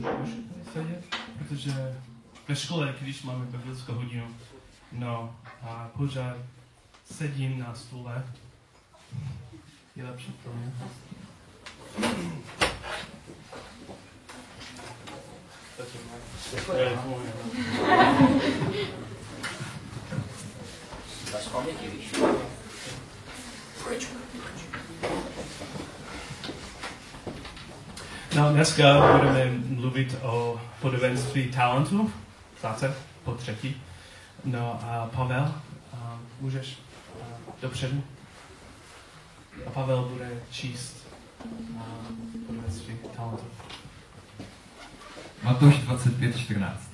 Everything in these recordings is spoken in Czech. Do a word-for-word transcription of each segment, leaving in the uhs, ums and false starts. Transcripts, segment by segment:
už sedět, protože ve škole, když máme biblickou hodinu, no a pořád sedím na stůle. Je lepší pro mě. No, dneska budeme mluvit o podobenství talentů, zase po třetí. No a Pavel, a můžeš a dopředu? A Pavel bude číst podobenství talentů. Matouš dvacet pět čtrnáct.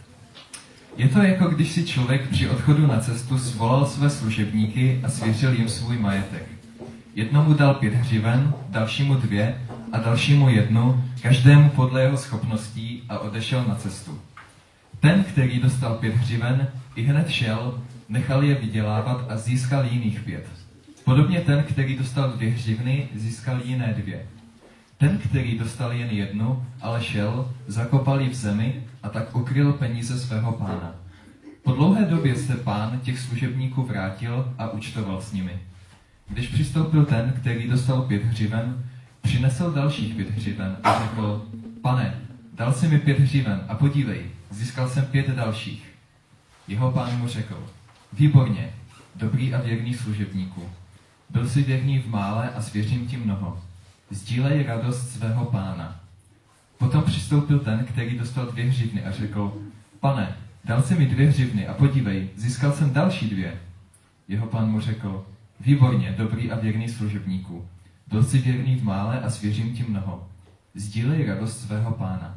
Je to jako když si člověk při odchodu na cestu svolal své služebníky a svěřil jim svůj majetek. Jednomu dal pět hřiven, dalšímu dvě a dalšímu jednu, každému podle jeho schopností a odešel na cestu. Ten, který dostal pět hřiven, i hned šel, nechal je vydělávat a získal jiných pět. Podobně ten, který dostal dvě hřivny, získal jiné dvě. Ten, který dostal jen jednu, ale šel, zakopal ji v zemi a tak ukryl peníze svého pána. Po dlouhé době se pán těch služebníků vrátil a účtoval s nimi. Když přistoupil ten, který dostal pět hřiven, přinesl dalších pět hřiven a řekl: Pane, dal jsi mi pět hřiven a podívej, získal jsem pět dalších. Jeho pán mu řekl: Výborně, dobrý a věrný služebníku. Byl jsi věrný v mále a svěřím ti mnoho. Sdílej radost svého pána. Potom přistoupil ten, který dostal dvě hřivny a řekl: Pane, dal jsi mi dvě hřivny a podívej, získal jsem další dvě. Jeho pán mu řekl: Výborně, dobrý a věrný služebníku. Byl jsi věrný v mále a svěřím ti mnoho. Sdílej radost svého pána.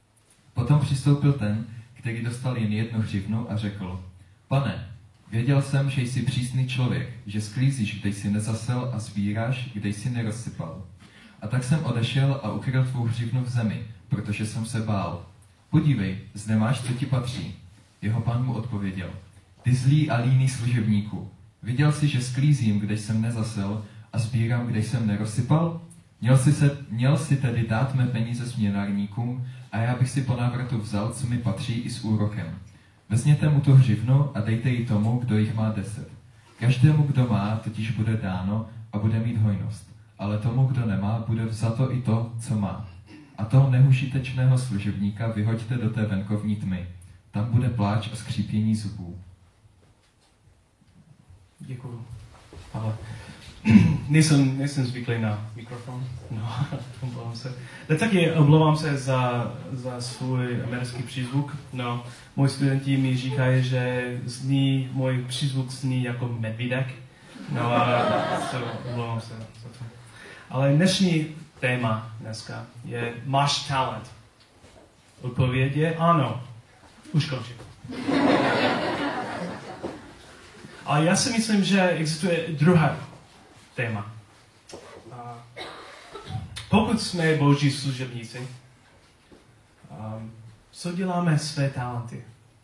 Potom přistoupil ten, který dostal jen jednu hřivnu a řekl: Pane, věděl jsem, že jsi přísný člověk, že sklízíš, kde jsi nezasel a sbíráš, kde jsi nerozsypal. A tak jsem odešel a ukryl tvou hřivnu v zemi, protože jsem se bál. Podívej, zde máš, co ti patří. Jeho pán mu odpověděl: Ty zlý a líný služebníku, viděl jsi, že sklízím, kde jsem nezasel a sbírám, kde jsem nerozsypal? Měl jsi, se, měl jsi tedy dát mé peníze směnárníkům a já bych si po návratu vzal, co mi patří, i s úrokem. Vezměte mu tu hřivnu a dejte ji tomu, kdo jich má deset. Každému, kdo má, totiž bude dáno a bude mít hojnost. Ale tomu, kdo nemá, bude vzato i to, co má. A toho neužitečného služebníka vyhoďte do té venkovní tmy. Tam bude pláč a skřípění zubů. Děkuju. Ale nejsem, nejsem zvyklý na mikrofon. No, omlouvám se. Tak taky omlouvám se za, za svůj americký přízvuk. No, moji studenti mi říkají, že zní, můj přízvuk zní jako medvídek. No a so, omlouvám se za to. Ale dnešní téma dneska je: máš talent? Odpověď je ano. Už končím. A já si myslím, že existuje druhé téma. A pokud jsme boží služebníci, um, co děláme své talenty?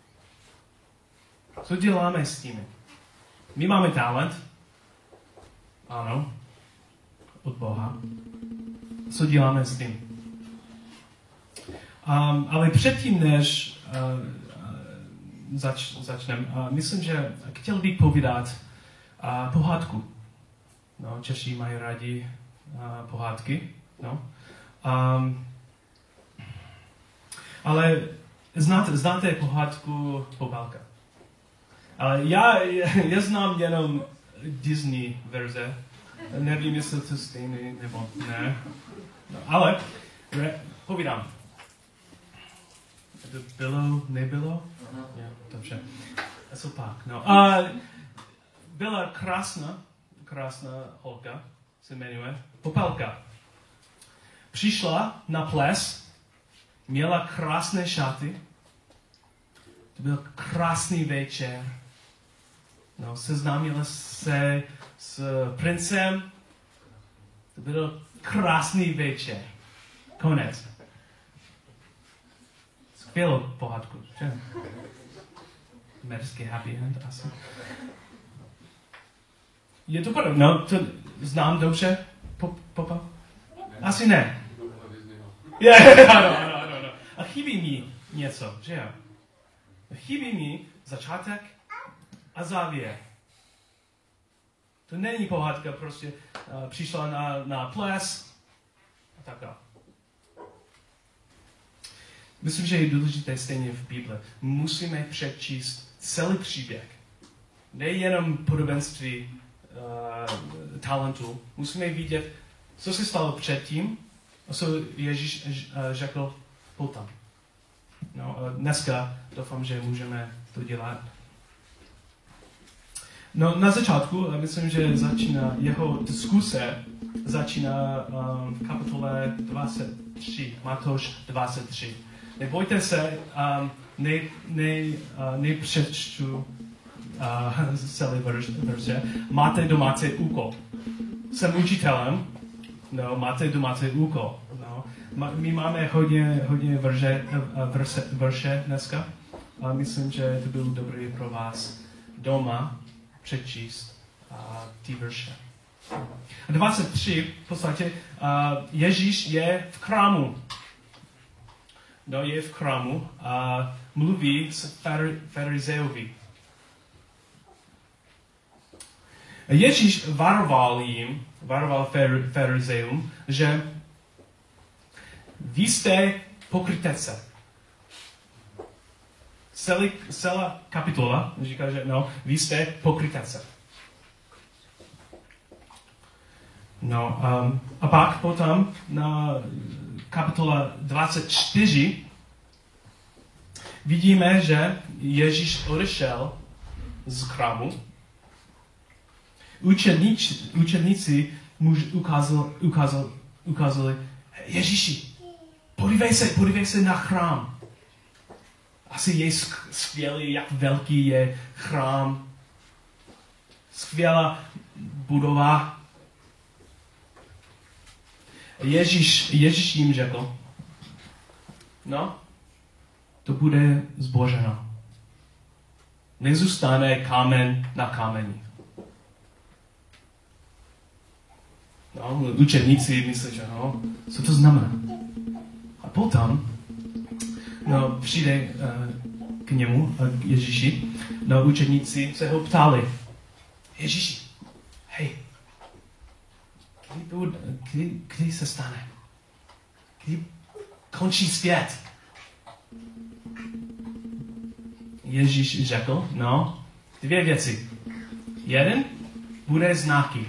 Co děláme s tím? My máme talent. Ano. Od Boha. Co děláme s tím? Um, ale předtím, než uh, zač, začneme, uh, myslím, že chtěl bych povídat uh, pohádku. No, Češi mají rádi uh, pohádky. No. Um, ale znáte, znáte pohádku Popelka. Ale já, já znám jenom Disney verze. Nevím, jestli to stejný, nebo ne. No, ale re, povídám. To bylo, nebylo? Uh-huh. Jo, dobře. A co pak? No. A byla krásná, krásná holka, se jmenuje Popelka. Přišla na ples, měla krásné šaty, to byl krásný večer. No, seznámila se s princem, to byl krásný večer. Konec. Skvělou pohádku, že? Americký happy end asi. Je to podobné, no, to znám dobře, Popa? Asi ne. Yeah, ano, ano, ano, ano. A chybí mi něco, že jo? Chybí mi začátek a závěr. To není pohádka, prostě uh, přišla na, na ples a tak dále. Myslím, že je důležité stejně v Bibli. Musíme přečíst celý příběh. Nejenom podobenství uh, talentů. Musíme vidět, co se stalo předtím a co Ježíš uh, řekl potom. No, uh, dneska doufám, že můžeme to dělat. No, na začátku, myslím, že začíná jeho diskuse, začíná um, v kapitole dvacet tři, Matouš dvacet tři. Nebojte se, um, ne, ne, uh, nepřečtu uh, celý verze. Máte domácí úkol. Jsem učitelem, no, máte domácí úkol. No. My máme hodně, hodně verže, verse, verše dneska a myslím, že to bylo dobré pro vás doma přečíst uh, ty verše. dvacet tři, v podstatě, uh, Ježíš je v chrámu. No, je v chrámu a mluví s farizeovi. Ježíš varoval jim, varoval farizeům, že vy jste pokrytce. Celý, celá kapitola říká, že no, vy jste pokrytce. No, um, a pak potom na kapitola dvacet čtyři vidíme, že Ježíš odešel z chrámu. Učeníci, učeníci mu ukázal, ukázal, ukázali, Ježíši, podívej se, podívej se na chrám. Asi je skvělý, jak velký je chrám. Skvělá budova. Ježíš, Ježíš jim řekl, no, to bude zbořeno. Nezůstane kámen na kameni. No, učeníci myslí, že no, co to znamená. A potom, no, přijde uh, k němu, uh, k Ježíši, no, učeníci se ho ptali, Ježíši, hej, Kdy, kdy, kdy se stane? Kdy končí svět? Ježíš řekl, no, dvě věci. Jeden bude znaky.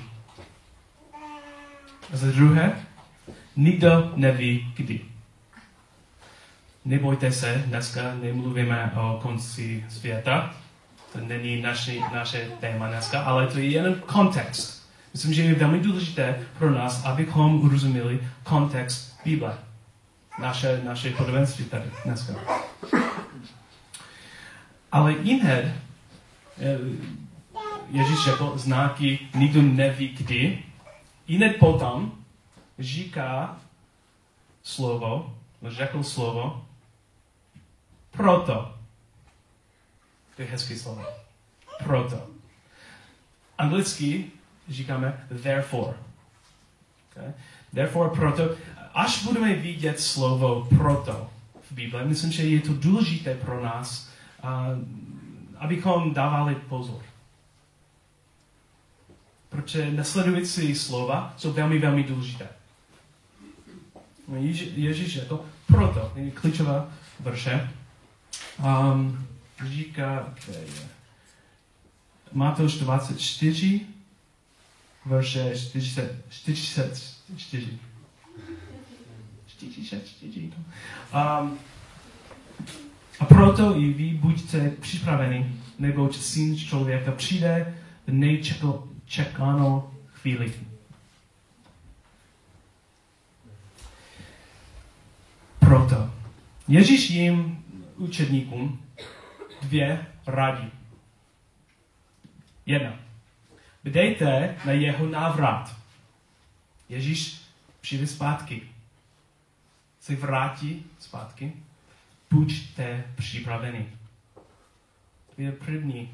A za druhé, nikdo neví kdy. Nebojte se, dneska nemluvíme o konci světa. To není naši, naše téma dneska, ale to je jen kontext. Myslím, že je velmi důležité pro nás, abychom rozuměli kontext Bible. Naše, naše podobenství tady dneska. Ale jihned, Ježíš řekl znaky, nikdo neví kdy. Jihned potom říká slovo, řekl slovo, proto. To je hezký slovo. Proto. Anglicky říkáme therefore. Okay? Therefore, proto. Až budeme vidět slovo proto v Bibli, myslím, že je to důležité pro nás, uh, abychom dávali pozor. Protože nasledující slova jsou velmi, velmi důležité. Ježíš, Ježíš řekl proto, je klíčová verše. Um, říká, kde je? Matouš dvacet čtyři, verše čtyřicet čtyři. čtyřicet čtyři. Um, a proto i vy buďte připraveni, neboť syn člověka přijde v nejčekanou chvíli. Proto Ježíš jim učedníkům dvě radí. Jedna. Bdejte na jeho návrat. Ježíš přijde zpátky. Se vrátí zpátky. Buďte připraveni. To je první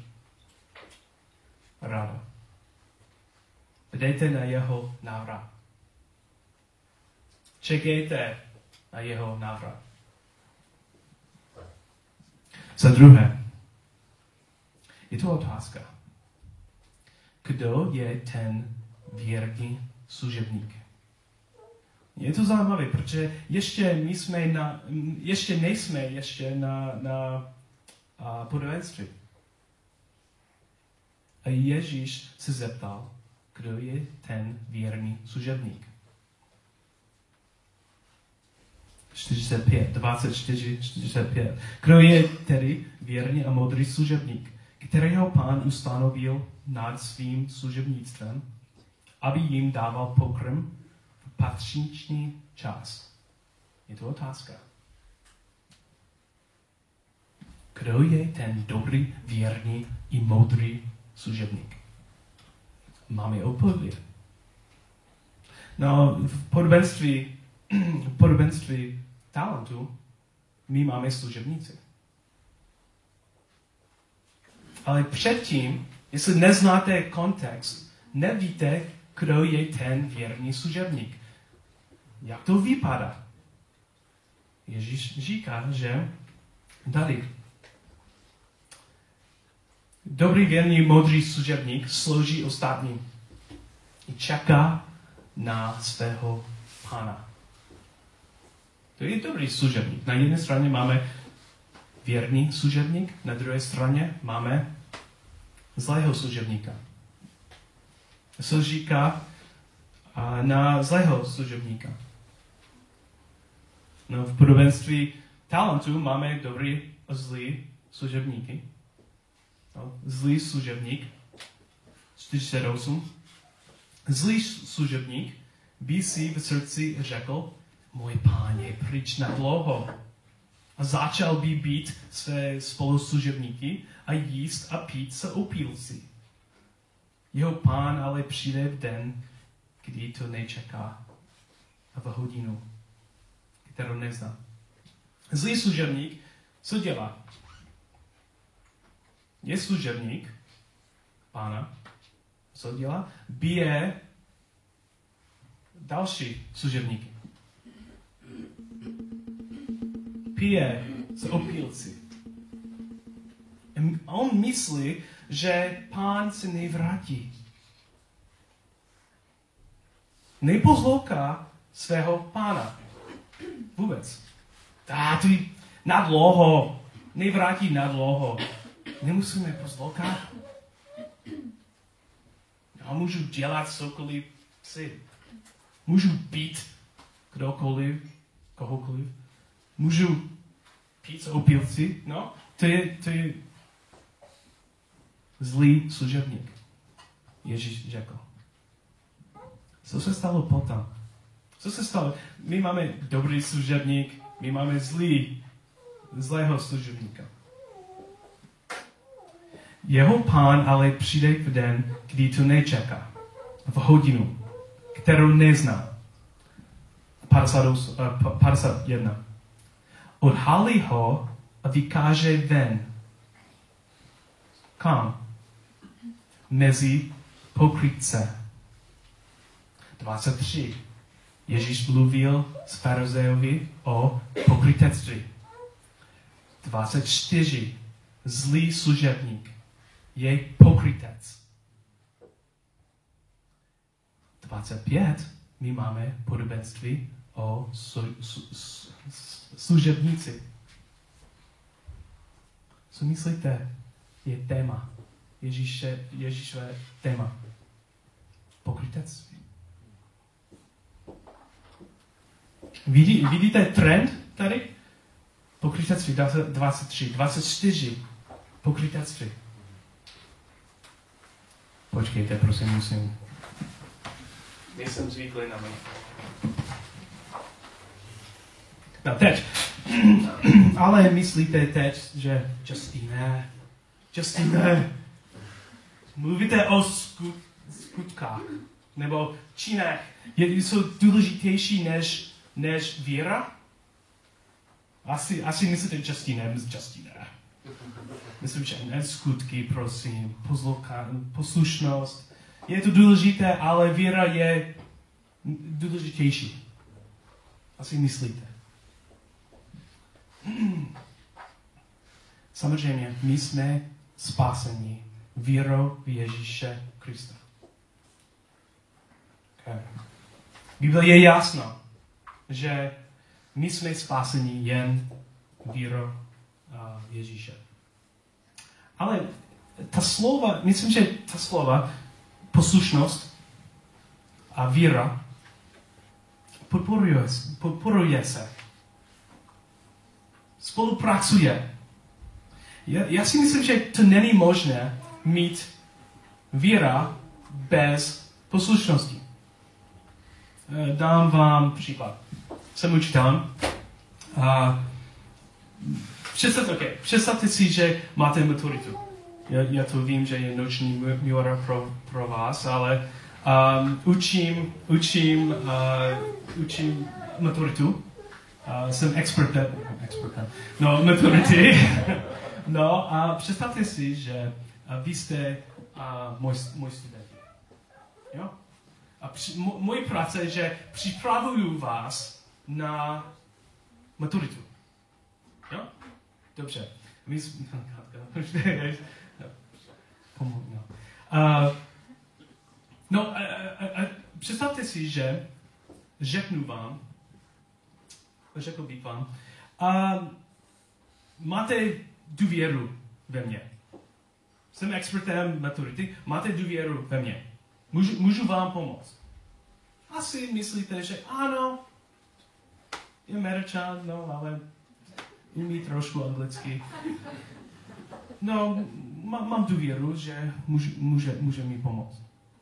rada. Bdejte na jeho návrat. Čekejte na jeho návrat. Za druhé, je to otázka. Kdo je ten věrný služebník? Je to zajímavé, protože ještě, my jsme na, ještě nejsme ještě na, na a, podobenství. A Ježíš se zeptal, kdo je ten věrný služebník. čtyřicet pět, dvacet čtyři, čtyřicet pět. Kdo je tedy věrný a moudrý služebník, kterého Pán ustanovil nad svým služebnictvem, aby jim dával pokrm v patřičný čas? Je to otázka. Kdo je ten dobrý, věrný i moudrý služebník? Máme odpověď. No, v podobenství, v podobenství talentu my máme služebníci. Ale předtím, jestli neznáte kontext, nevíte, kdo je ten věrný služebník. Jak to vypadá? Ježíš říká, že tady dobrý, věrný, moudrý služebník slouží ostatním. Čeká na svého pána. To je dobrý služebník. Na jedné straně máme věrný služebník, na druhé straně máme zlého služebníka. Co říká na zlého služebníka? No, v podobenství talentu máme dobrý a zlý služebníky. No, zlý služebník, čtyřicet osm. Zlý služebník by si v srdci řekl, můj pán je pryč na dlouho. A začal by být své spoluslužebníky a jíst a pít se opilci. Jeho pán ale přijde v den, kdy to nečeká, a v hodinu, kterou nezná. Zlý služebník, co dělá? Je služebník pána, co dělá? Bije další služebníky. Pije z opilci. On myslí, že pán se nevrátí. Neposlouchá svého pána. Vůbec. Tá, to je na dlouho. Nevrátí na dlouho. Nemusíme poslouchat. Já můžu dělat cokoliv si. Můžu být kdokoliv, kohokoliv. Můžu pít z opilci. No, to je, to je zlý služebník. Ježíš řekl. Co se stalo potom? Co se stalo? My máme dobrý služebník, my máme zlý, zlého služebníka. Jeho pán ale přijde v den, kdy to nečeká. V hodinu, kterou nezná. padesát jedna. Odhalí ho a vykáže ven. Kam? Mezi pokrytce. dvacet tři. Ježíš mluvil s farizejovi o pokrytectví. dvacet čtyři. Zlý služebník je pokrytec. dvacet pět. My máme podobenství o su, su, su, služebníci. Co myslíte? Je téma. Ježíše, Ježíšové téma. Pokrytectví. Vidí, vidíte trend tady? Pokrytectví dvacet tři, dvacet čtyři. Pokrytectví. Počkejte, prosím, musím. Nejsem zvyklý na mě. No teď. Ale myslíte teď, že Justine, Justine, mluvíte o skut, skutkách, nebo činech, jsou důležitější než, než víra? Asi, asi myslíte Justine, Justine. Myslím, že ne skutky, prosím, poslušnost. Je to důležité, ale víra je důležitější. Asi myslíte. samozřejmě my jsme spáseni vírou v Ježíše Krista. Okay. Bible je jasná, že my jsme spáseni jen vírou v Ježíše. Ale ta slova, myslím, že ta slova poslušnost a víra podporuje, podporuje se. Spolupracuje. Já, já si myslím, že to není možné mít víra bez poslušnosti. Dám vám příklad. Jsem učitelem a představte, okay, představte si, že máte maturitu. Já, já to vím, že je noční můra pro, pro vás, ale um, učím, učím, uh, učím maturitu. Uh, jsem expertem, expertem, no, maturity. No a představte si, že uh, vy jste uh, můj, můj student. Jo? A při, m- moje práce je, že připravuju vás na maturitu. Jo? Dobře. My jsme... no. Uh, no, uh, uh, uh, představte si, že řeknu vám, řekl bych vám, uh, máte důvěru ve mně. Jsem expertem maturity, máte důvěru ve mně. Můžu, můžu vám pomoct. Asi myslíte, že ano, je Američan, no, ale umí trošku anglicky. No, má, mám důvěru, že může, může, může mi pomoct.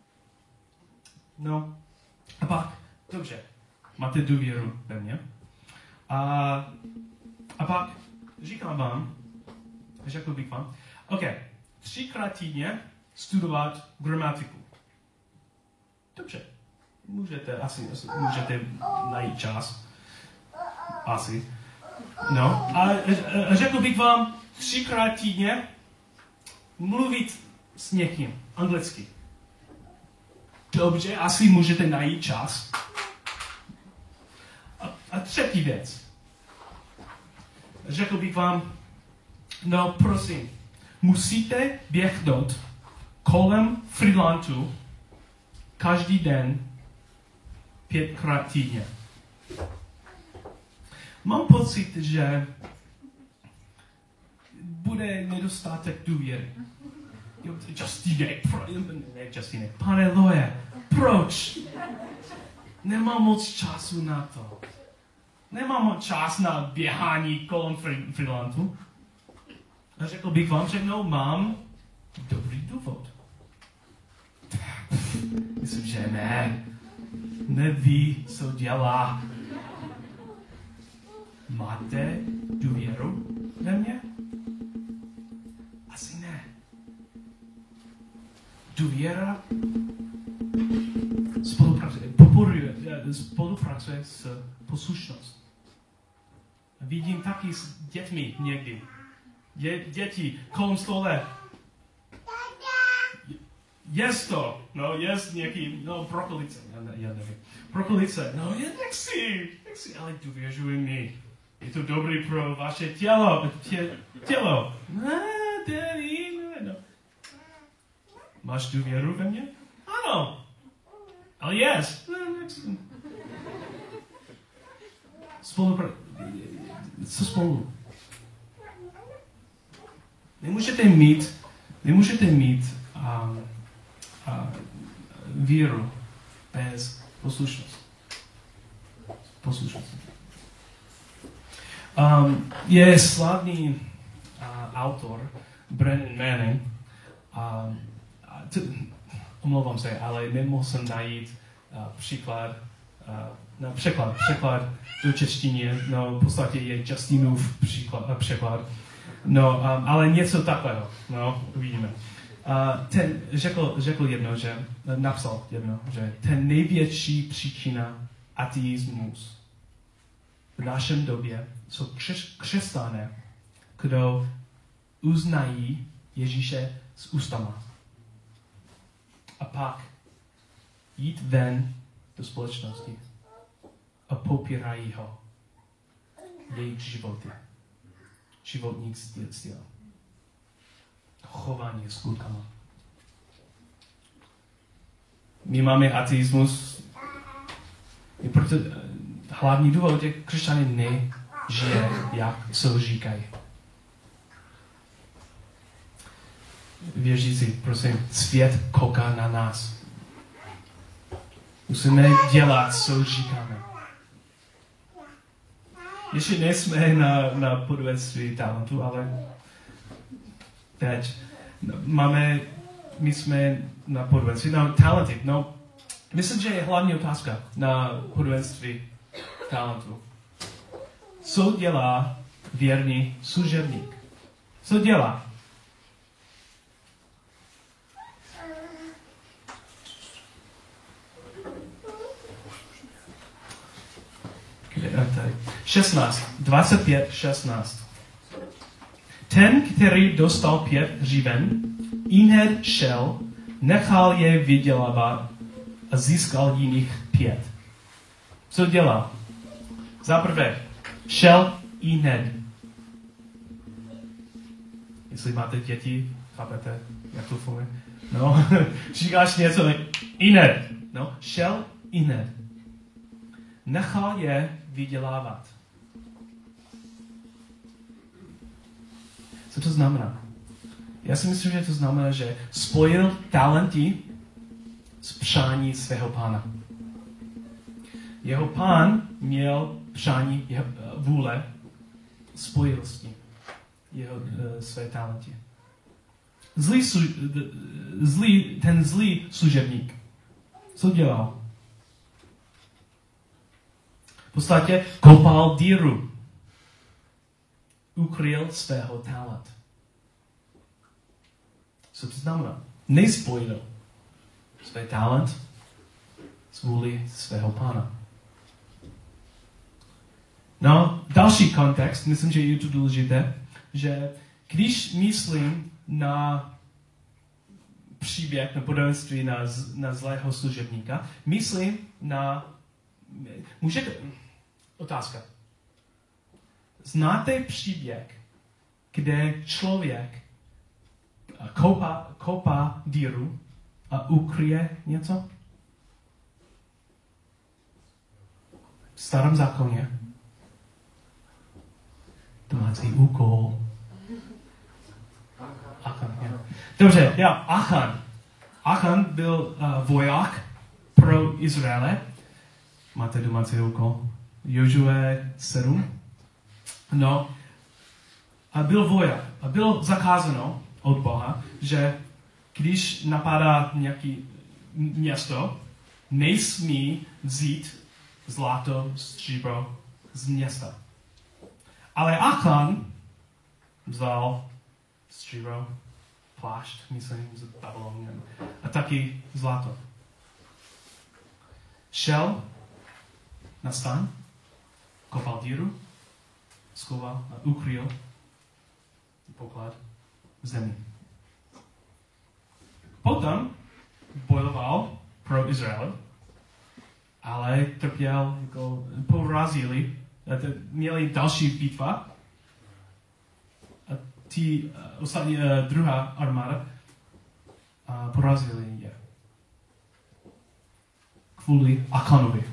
No, a pak, dobře, máte důvěru ve mně. A, a pak říkám vám, řekl bych vám, OK, třikrát týdně studovat gramatiku. Dobře, můžete, asi, asi můžete najít čas. Asi. No, a, a řekl bych vám, třikrát týdně mluvit s někým anglicky. Dobře, asi můžete najít čas. A, a třetí věc. Řekl bych vám, no prosím, musíte běhnout kolem Freelandu každý den pětkrát týdně. Mám pocit, že bude nedostatek důvěry. Justine, pro, ne Justine, pane Loje, proč? Nemám moc času na to. Nemám moc čas na běhání kolem Freelandu. A řekl bych vám, že no, mám dobrý důvod. Myslím, že ne. Neví, co dělá. Máte důvěru ve mě? Asi ne. Důvěra spolupracuje, podporuje, spolupracuje s poslušností. Vidím taky s dětmi někdy. Dě, děti kolem stole. Jest to, no, jest nějaký, no, brokolice, já, ne, já nevím. Brokolice, no, já nechci, nechci, ale důvěřuj mi. Je to dobrý pro vaše tělo, tě, tělo. Ne, Danny, ne, no. Máš důvěru ve mě? Ano. Ale yes. Spolu, co spolu? Nemůžete mít, nemůžete mít um, uh, víru bez poslušnosti. Poslušnosti. Um, je slavný uh, autor Brennan Manning. Um, t- omlouvám se, ale nemohl jsem najít uh, příklad, uh, no, překlad, překlad do češtiny. No, v podstatě je Justinův příklad, uh, překlad. No, um, ale něco takového. No, uvidíme. Uh, ten řekl, řekl jedno, že napsal jedno, že ten největší příčina ateismus v našem době jsou křes, křesťané, kdo uznají Ježíše s ústama. A pak jít ven do společnosti a popírají ho. Jejich životy. Životní styl. chování, skutkama. My máme ateismus, i proto hlavní důvod je, křesťané nežije, jak se říkají. Věřící, prosím, svět kouká na nás. Musíme dělat, co říkáme. Ještě nejsme na, na podobenství talentu, ale teď máme, my jsme na podobenství, na talenty. No, myslím, že je hlavní otázka na podobenství talentu. Co dělá věrný služebník? Co dělá? šestnáct, dvacet pět, šestnáct. Ten, který dostal pět hřiven, ihned šel, nechal je vydělávat a získal jiných pět. Co dělal? Za prvé, šel ihned. Jestli máte děti, chápete, jak to funguje? No, říkáš něco, ihned. No, šel ihned. Nechal je vydělávat. Co to znamená? Já si myslím, že to znamená, že spojil talenty s přání svého pána. Jeho pán měl přání, jeho vůle, spojil s tím jeho, uh, své talenty. Zlý, zlý, ten zlý služebník, co dělal? V podstatě kopal díru. Ukryl svého talent. Co to znamená? Nespojil svůj talent s vůli svého pána. No, další kontext, myslím, že je to důležité, že když myslím na příběh, na podobenství na, na zlého služebníka, myslím na... Můžete... Otázka. Znáte příběh, kde člověk kopá, kopá díru a ukryje něco? V starém zákoně. Domácí úkol. Achan, ja. Dobře, já, Achan. Achan byl uh, voják pro Izraele. Máte domácí úkol? Jozue sedm. No, a byl voják. A bylo zakázáno od Boha, že když napadá nějaký město, nesmí vzít zlato, stříbro z města. Ale Achan vzal stříbro, plášť, myslím, z Babylonu, a taky zlato. Šel na stan, kopal díru, schoval a ukryl poklad v zemi. Potom bojoval pro Izrael, ale trpěl, jako porazili, měli další bitva a ty uh, ostatní uh, druhá armáda uh, porazili je. Kvůli Achanovi.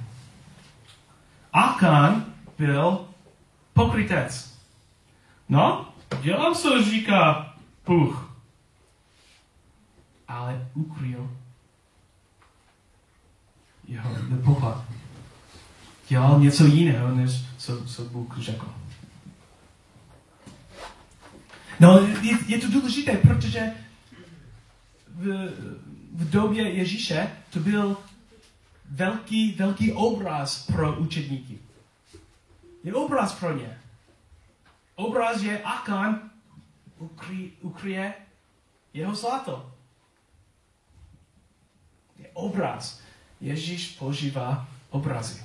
Achan byl pokrytec. No, dělám, co říká Bůh. Ale ukryl jeho poklad. Dělal něco jiného, než co, co Bůh řekl. No, je, je to důležité, protože v, v době Ježíše to byl velký, velký obraz pro učedníky. Je obraz pro ně. Obraz je Achan ukry, ukryje jeho zlato. Je obraz. Ježíš používá obrazy.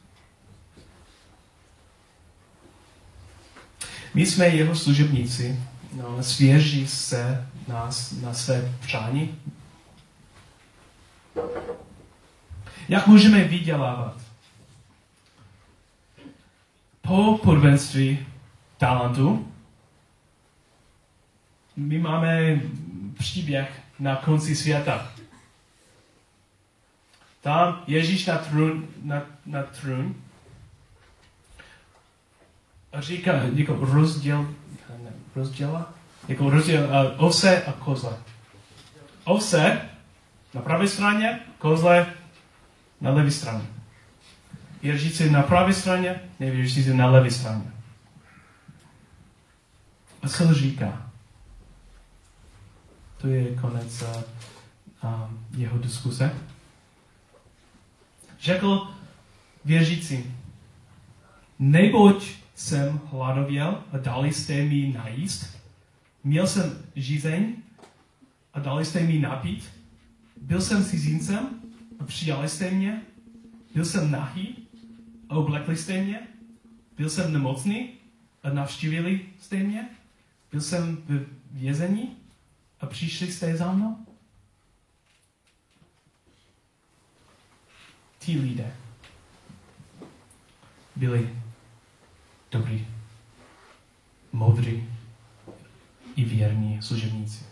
My jsme jeho služebníci, no, svěří se nás na své přání. Jak můžeme vydělávat? Po podobenství talentu my máme příběh na konci světa. Tam Ježíš na trůn, na, na trůn a říká, jako rozděl, ne, rozděla, jako rozděl uh, ovce a kozle. Ovce na pravé straně, kozle na levé straně. Věřící na pravé straně, nevěřící na levé straně. A co říká? To je konec uh, um, jeho diskuse. Řekl věřící, neboť jsem hladověl a dali jste mi najíst, měl jsem žízeň a dali jste mi napít, byl jsem cizincem a přijali jste mě, byl jsem nahý a oblekli jste mě, byl jsem nemocný a navštívili jste mě, byl jsem v vězení a přišli jste za mnou. Ti lidé byli dobrý, moudrý i věrní služebníci.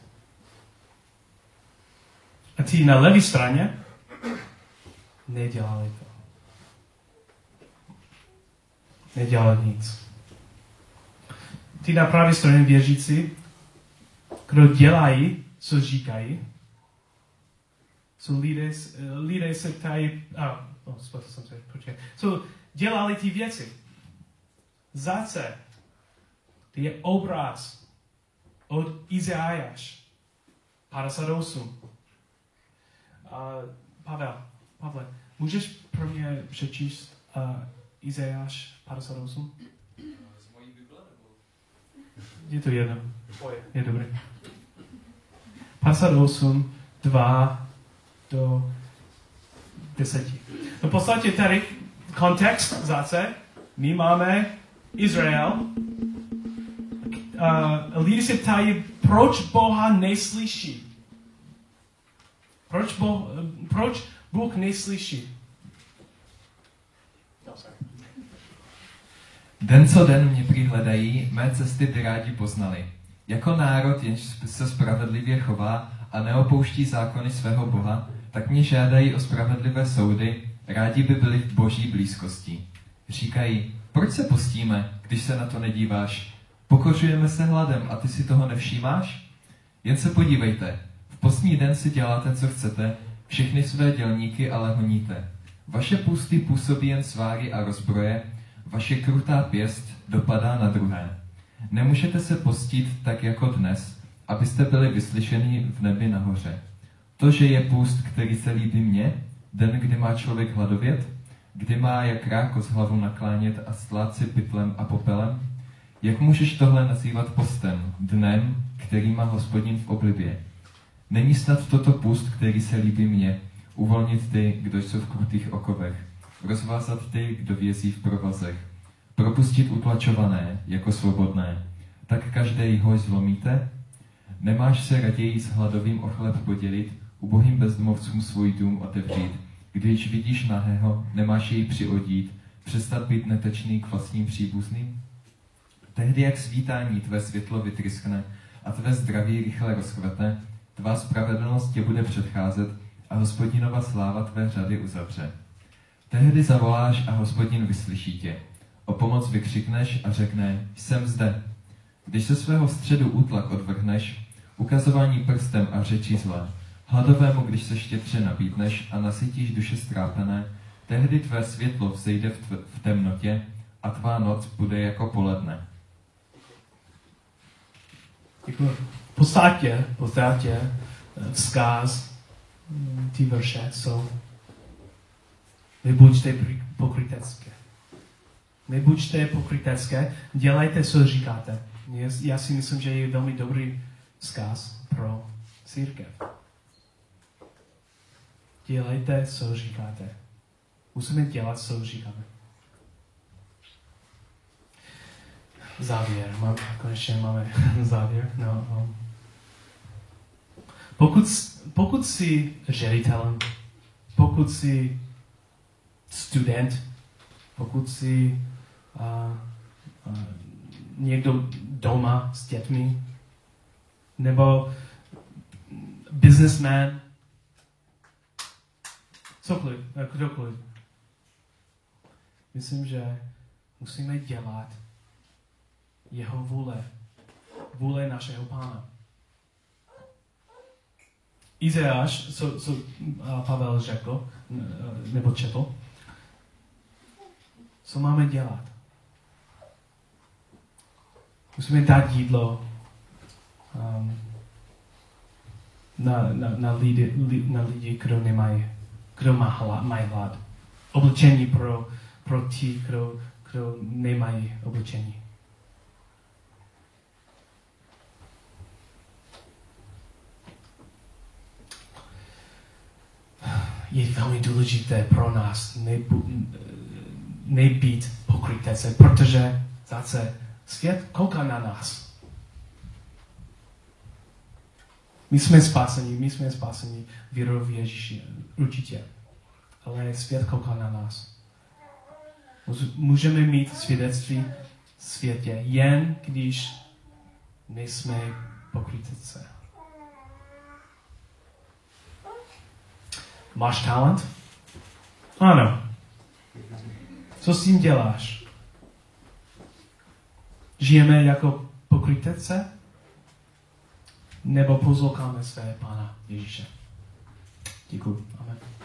A ti na levé straně nedělali to. Nedělali nic. Ti na pravé straně věřící, kdo dělají, co říkají, jsou lidé, lidé se ptají, a, oh, spletl jsem se, počkej. So, dělali ty věci. Zase, to je obraz od Izajáš padesát osm. Uh, Pavel, Pavle, můžeš pro mě přečíst uh, Izajáš padesát osm? Z mojí Bible nebo? Je to jedno. Je dobrý. padesát osm, dva do deseti. No v podstatě tady kontext zase, my máme Izrael. Uh, lidi se ptají, proč Boha neslyší? Proč, Bo, proč Bůh neslyší? No, Den co den mě přihledají, mé cesty by rádi poznali. Jako národ, jenž se spravedlivě chová a neopouští zákony svého Boha, tak mě žádají o spravedlivé soudy, rádi by byli v boží blízkosti. Říkají, proč se postíme, když se na to nedíváš? Pokořujeme se hladem a ty si toho nevšímáš? Jen se podívejte, v postní den si děláte, co chcete, všechny své dělníky ale honíte. Vaše půsty působí jen sváry a rozbroje, vaše krutá pěst dopadá na druhé. Nemůžete se postít tak jako dnes, abyste byli vyslyšeni v nebi nahoře. To, že je půst, který se líbí mně, den, kdy má člověk hladovět, kdy má jak rákos hlavu naklánět a stlát si pytlem a popelem, jak můžeš tohle nazývat postem, dnem, který má Hospodin v oblibě? Není snad toto půst, který se líbí mně, uvolnit ty, kdo jsou v krutých okovech, rozvázat ty, kdo vězí v provazech, propustit utlačované jako svobodné, tak každý ho zlomíte? Nemáš se raději s hladovým o chleb podělit, ubohým bezdomovcům svůj dům otevřít, když vidíš nahého, nemáš jej přiodít, přestat být netečný k vlastním příbuzným? Tehdy, jak svítání tvé světlo vytryskne a tvé zdraví rychle rozkvete, tvá spravedlnost tě bude předcházet a Hospodinova sláva tvé řady uzavře. Tehdy zavoláš a Hospodin vyslyší tě. O pomoc vykřikneš a řekne, jsem zde. Když se svého středu útlak odvrhneš, ukazování prstem a řeči zlé, hladovému, když se štědře nabídneš a nasytíš duše strápené, tehdy tvé světlo vzejde v, tv- v temnotě a tvá noc bude jako poledne. Děkuji. V podstatě, v podstatě vzkaz, ty verše jsou nebuďte pokrytecké. Nebuďte pokrytecké, dělejte, co říkáte. Já si myslím, že je velmi dobrý vzkaz pro církev. Dělejte, co říkáte. Musíme dělat, co říkáme. Závěr. Mám, konečně máme závěr. No, no. Pokud, pokud jsi ředitelem, pokud jsi student, pokud jsi uh, uh, někdo doma s dětmi, nebo businessman, cokoliv, kdokoliv. Myslím, že musíme dělat jeho vůle, vůle našeho Pána. Izajáš, co, co Pavel řekl, nebo četl, co máme dělat? Musíme dát jídlo um, na, na, na, lidi, li, na lidi, kdo nemají, kdo má hlad, mají hlad. Oblečení pro, pro ti, kdo, kdo nemají oblečení. Je velmi důležité pro nás nebu, nebýt pokrytce, protože zase svět kouká na nás. My jsme spaseni, my jsme spaseni vírou v Ježíši, určitě. Ale svět kouká na nás. Můžeme mít svědectví v světě, jen když nejsme pokrytce. Máš talent? Ano. Co s tím děláš? Žijeme jako pokrytce? Nebo posloucháme své Pána Ježíše? Děkuji. Amen.